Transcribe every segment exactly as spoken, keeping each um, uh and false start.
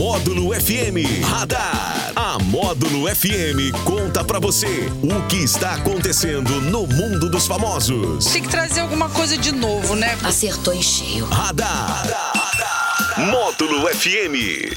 Módulo F M Radar. A Módulo F M conta pra você o que está acontecendo no mundo dos famosos. Tem que trazer alguma coisa de novo, né? Acertou em cheio. Radar. Radar. Radar. Módulo F M.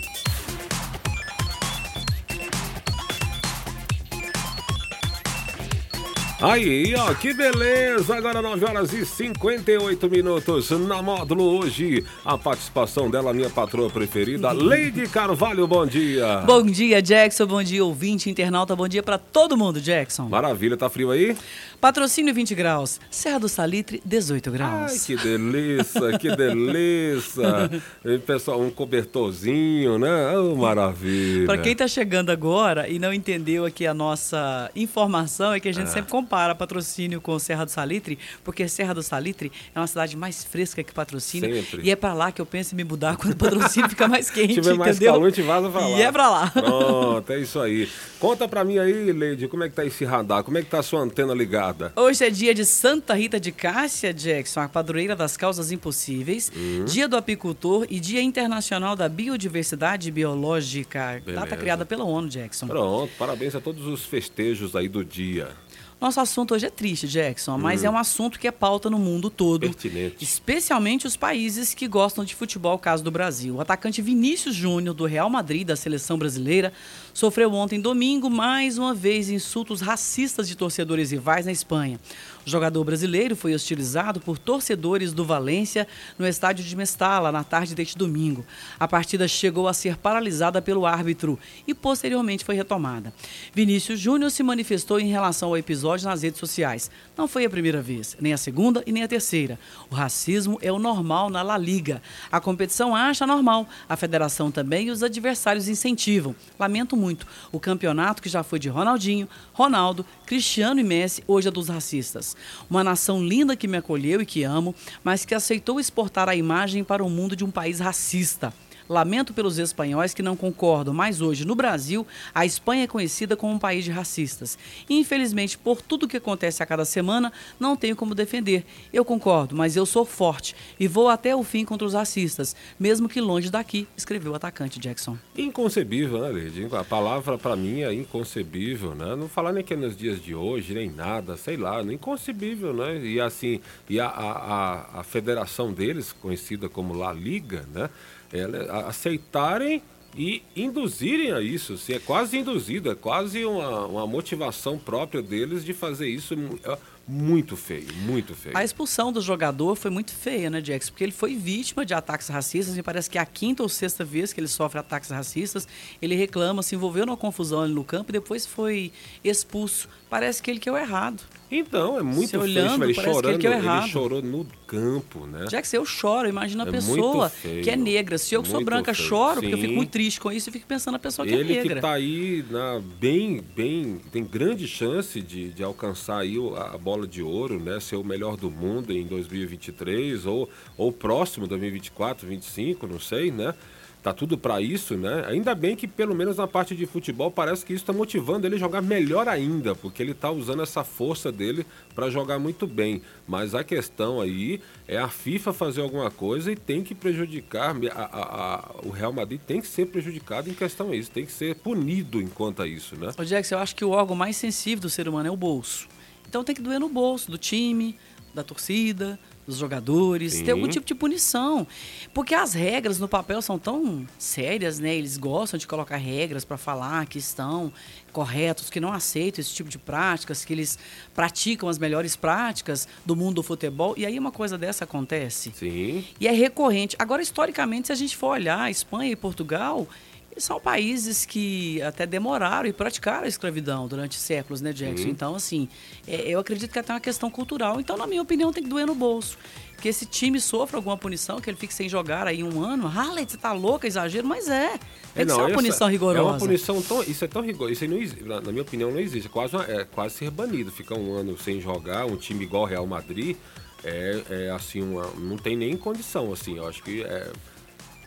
Aí, ó, que beleza! Agora nove horas e cinquenta e oito minutos na Módulo hoje. A participação dela, minha patroa preferida, Lady Carvalho, bom dia! Bom dia, Jackson, bom dia, ouvinte, internauta, bom dia pra todo mundo, Jackson. Maravilha, tá frio aí? Patrocínio vinte graus, Serra do Salitre dezoito graus. Ai, que delícia, que delícia! E, pessoal, um cobertorzinho, né? Oh, maravilha! Pra quem tá chegando agora e não entendeu aqui a nossa informação, é que a gente ah. sempre compara Patrocínio com Serra do Salitre, porque Serra do Salitre é uma cidade mais fresca que Patrocínio. Sempre. E é pra lá que eu penso em me mudar quando Patrocínio fica mais quente, Se tiver mais entendeu? calor, a gente vaza pra lá. E é pra lá. Pronto, é isso aí. Conta pra mim aí, Lady, como é que tá esse radar? Como é que tá a sua antena ligada? Hoje é dia de Santa Rita de Cássia, Jackson, a padroeira das causas impossíveis, hum. dia do apicultor e dia internacional da biodiversidade biológica. Beleza. Data criada pela ONU, Jackson. Pronto, parabéns a todos os festejos aí do dia. Nosso assunto hoje é triste, Jackson, mas hum. é um assunto que é pauta no mundo todo. Pertinente. Especialmente os países que gostam de futebol, caso do Brasil. O atacante Vinícius Júnior, do Real Madrid, da seleção brasileira, sofreu ontem, domingo, mais uma vez insultos racistas de torcedores rivais na Espanha. O jogador brasileiro foi hostilizado por torcedores do Valência no estádio de Mestalla, na tarde deste domingo. A partida chegou a ser paralisada pelo árbitro e posteriormente foi retomada. Vinícius Júnior se manifestou em relação ao episódio nas redes sociais. Não foi a primeira vez, nem a segunda e nem a terceira. O racismo é o normal na La Liga. A competição acha normal, a federação também e os adversários incentivam. Lamento muito. O campeonato que já foi de Ronaldinho, Ronaldo, Cristiano e Messi, hoje é dos racistas. Uma nação linda que me acolheu e que amo, mas que aceitou exportar a imagem para o mundo de um país racista. Lamento pelos espanhóis que não concordam, mas hoje, no Brasil, a Espanha é conhecida como um país de racistas. E, infelizmente, por tudo que acontece a cada semana, não tenho como defender. Eu concordo, mas eu sou forte e vou até o fim contra os racistas, mesmo que longe daqui, escreveu o atacante Jackson. Inconcebível, né, Lady? A palavra, para mim, é inconcebível, né? Não falar nem que é nos dias de hoje, nem nada, sei lá, inconcebível, né? E, assim, e a, a, a, a federação deles, conhecida como La Liga, né? Ela, aceitarem e induzirem a isso, assim, é quase induzido, é quase uma, uma motivação própria deles de fazer isso. É muito feio, muito feio. A expulsão do jogador foi muito feia, né, Jackson? Porque ele foi vítima de ataques racistas, me parece que é a quinta ou sexta vez que ele sofre ataques racistas. Ele reclama, se envolveu numa confusão ali no campo e depois foi expulso. Parece que ele que é o errado. Então, é muito feio. Olhando, ele chorando, que ele, ele chorou no campo, né? Jackson, eu choro, imagina a é pessoa que é negra. Se eu que sou branca feio. choro, Sim. porque eu fico muito triste com isso e fico pensando na pessoa que ele é negra. Ele que tá aí na, bem, bem, tem grande chance de, de alcançar aí a bola de ouro, né? Ser o melhor do mundo em dois mil e vinte e três ou, ou próximo, dois mil e vinte e quatro, vinte e cinco, não sei, né? Tá tudo para isso, né? Ainda bem que pelo menos na parte de futebol parece que isso está motivando ele a jogar melhor ainda, porque ele tá usando essa força dele para jogar muito bem. Mas a questão aí é a FIFA fazer alguma coisa e tem que prejudicar, a, a, a, o Real Madrid tem que ser prejudicado em questão a isso, tem que ser punido enquanto a isso, né? Ô Jackson, eu acho que o órgão mais sensível do ser humano é o bolso. Então tem que doer no bolso do time, da torcida, dos jogadores, Sim. ter algum tipo de punição. Porque as regras no papel são tão sérias, né? Eles gostam de colocar regras para falar que estão corretos, que não aceitam esse tipo de práticas, que eles praticam as melhores práticas do mundo do futebol. E aí uma coisa dessa acontece. Sim. E é recorrente. Agora, historicamente, se a gente for olhar, Espanha e Portugal são países que até demoraram e praticaram a escravidão durante séculos, né, Jackson? Sim. Então, assim, é, eu acredito que é até uma questão cultural. Então, na minha opinião, tem que doer no bolso. Que esse time sofra alguma punição, que ele fique sem jogar aí um ano. Ah, Leite, você tá louca, exagero, mas é. Tem É, que não, ser uma essa- punição rigorosa. É uma punição tão. Isso é tão rigoroso. Isso aí não existe. Na, na minha opinião, não existe. É quase, uma- é quase ser banido. Ficar um ano sem jogar, um time igual o Real Madrid, é, é assim, uma, não tem nem condição, assim. Eu acho que é.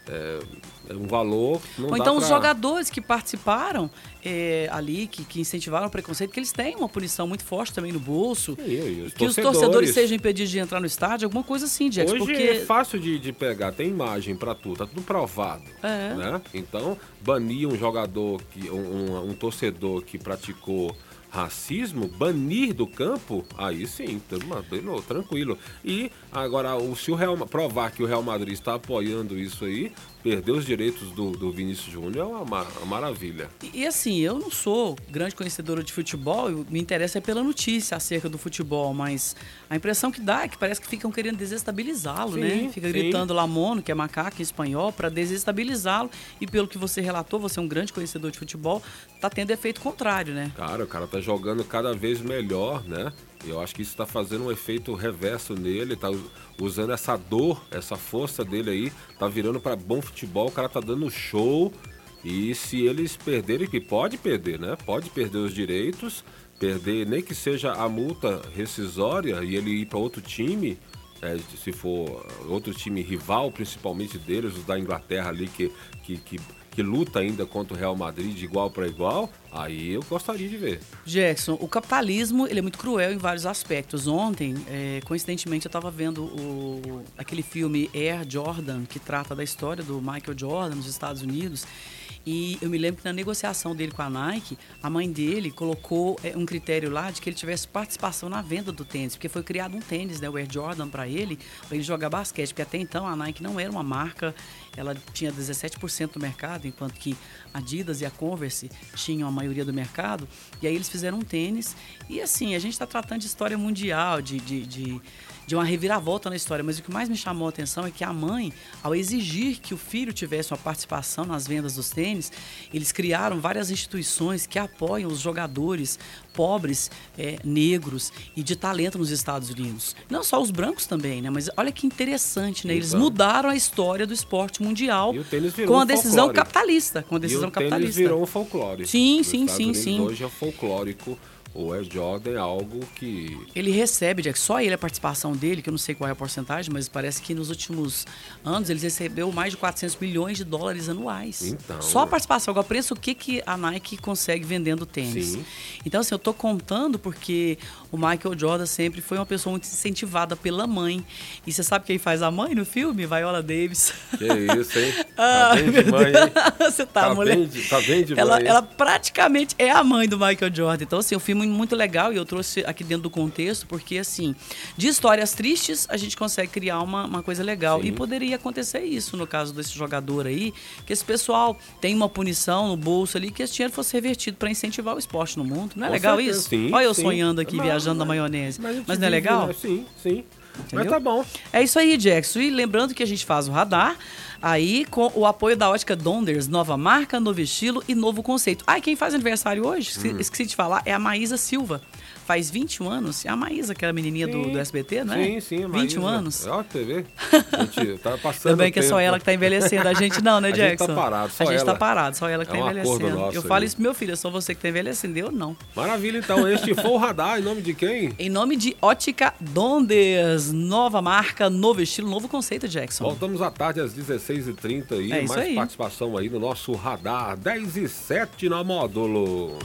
é, é um valor... Não Ou dá então pra... os jogadores que participaram é, ali, que, que incentivaram o preconceito, que eles têm uma punição muito forte também no bolso. Sim, e os que torcedores... os torcedores sejam impedidos de entrar no estádio, alguma coisa assim, Jax. Hoje porque... é fácil de, de pegar, tem imagem pra tudo, tá tudo provado. É. Né? Então, banir um jogador, que, um, um, um torcedor que praticou racismo, banir do campo, aí sim, tranquilo. E agora, se o Real, provar que o Real Madrid está apoiando isso aí, perder os direitos do, do Vinícius Júnior é uma, uma maravilha. E, e assim, eu não sou grande conhecedora de futebol, eu, me interessa é pela notícia acerca do futebol, mas a impressão que dá é que parece que ficam querendo desestabilizá-lo, né? Fica sim. gritando Lamono, que é macaco em espanhol, para desestabilizá-lo. E pelo que você relatou, você é um grande conhecedor de futebol, tá tendo efeito contrário, né? Cara, o cara tá jogando cada vez melhor, né? Eu acho que isso está fazendo um efeito reverso nele, tá usando essa dor, essa força dele aí, tá virando para bom futebol, o cara tá dando show. E se eles perderem, que pode perder, né? Pode perder os direitos, perder nem que seja a multa rescisória e ele ir para outro time, é, se for outro time rival, principalmente deles, os da Inglaterra ali que, que, que, que luta ainda contra o Real Madrid de igual para igual, aí eu gostaria de ver. Jackson, o capitalismo ele é muito cruel em vários aspectos. Ontem, é, coincidentemente, eu estava vendo o, aquele filme Air Jordan, que trata da história do Michael Jordan nos Estados Unidos. E eu me lembro que na negociação dele com a Nike, a mãe dele colocou é, um critério lá de que ele tivesse participação na venda do tênis, porque foi criado um tênis, né, o Air Jordan, para ele, para ele jogar basquete, porque até então a Nike não era uma marca, ela tinha dezessete por cento do mercado, enquanto que a Adidas e a Converse tinham a maioria do mercado, e aí eles fizeram um tênis, e assim, a gente está tratando de história mundial, de... de, de de uma reviravolta na história, mas o que mais me chamou a atenção é que a mãe, ao exigir que o filho tivesse uma participação nas vendas dos tênis, eles criaram várias instituições que apoiam os jogadores pobres, é, negros e de talento nos Estados Unidos. Não só os brancos também, né? Mas olha que interessante, né? Eles Então, mudaram a história do esporte mundial e o tênis virou com a um decisão folclore. capitalista. Com a decisão e o tênis capitalista. virou um folclore. Sim, Nos sim, Estados sim, Unidos, sim. Hoje é folclórico. O Air Jordan é algo que... Ele recebe, Jack, só ele, a participação dele, que eu não sei qual é a porcentagem, mas parece que nos últimos anos ele recebeu mais de quatrocentos milhões de dólares anuais. Então... Só a participação. Agora, preço o que, que a Nike consegue vendendo tênis. Sim. Então, assim, eu tô contando porque o Michael Jordan sempre foi uma pessoa muito incentivada pela mãe. E você sabe quem faz a mãe no filme? Viola Davis. Que isso, hein? Tá bem de mãe, hein? Você tá, tá mulher? Bem de, tá bem de ela, mãe, hein? ela praticamente é a mãe do Michael Jordan. Então, assim, o filme é muito legal e eu trouxe aqui dentro do contexto, porque, assim, de histórias tristes, a gente consegue criar uma, uma coisa legal. Sim. E poderia acontecer isso no caso desse jogador aí, que esse pessoal tem uma punição no bolso ali, que esse dinheiro fosse revertido para incentivar o esporte no mundo. Não é Com legal certeza. isso? Sim, Olha eu sim. sonhando aqui, Mas- viajando na mas- maionese. Mas, a Mas, gente não é vive, legal? né? Sim, sim. Entendeu? Mas tá bom. É isso aí, Jackson. E lembrando que a gente faz o radar aí com o apoio da Ótica Donders, nova marca, novo estilo e novo conceito. Ah, e quem faz aniversário hoje, esqueci, Hum. esqueci de falar, é a Maísa Silva. Faz vinte e um anos. É a Maísa, aquela menininha do, Sim. do S B T, não é? Sim, sim. a vinte e um Maísa. anos. Ó, T V. A gente tá passando Também que é só tempo. ela que tá envelhecendo. A gente não, né, A gente Jackson? tá parado, só A gente ela. tá parado, só ela que É tá um acordo envelhecendo. nosso Eu falo aí. isso pro meu filho, é só você que tá envelhecendo, eu não. Maravilha, então. Este foi o Radar. Em nome de quem? Em nome de Ótica Donders, nova marca, novo estilo, novo conceito, Jackson. Voltamos à tarde às dezesseis e trinta aí. É isso Mais aí. participação aí no nosso Radar dez e sete na Módulo.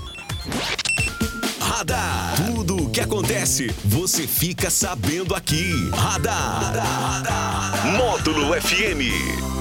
Radar. Tudo o que acontece, você fica sabendo aqui. Radar. Módulo F M.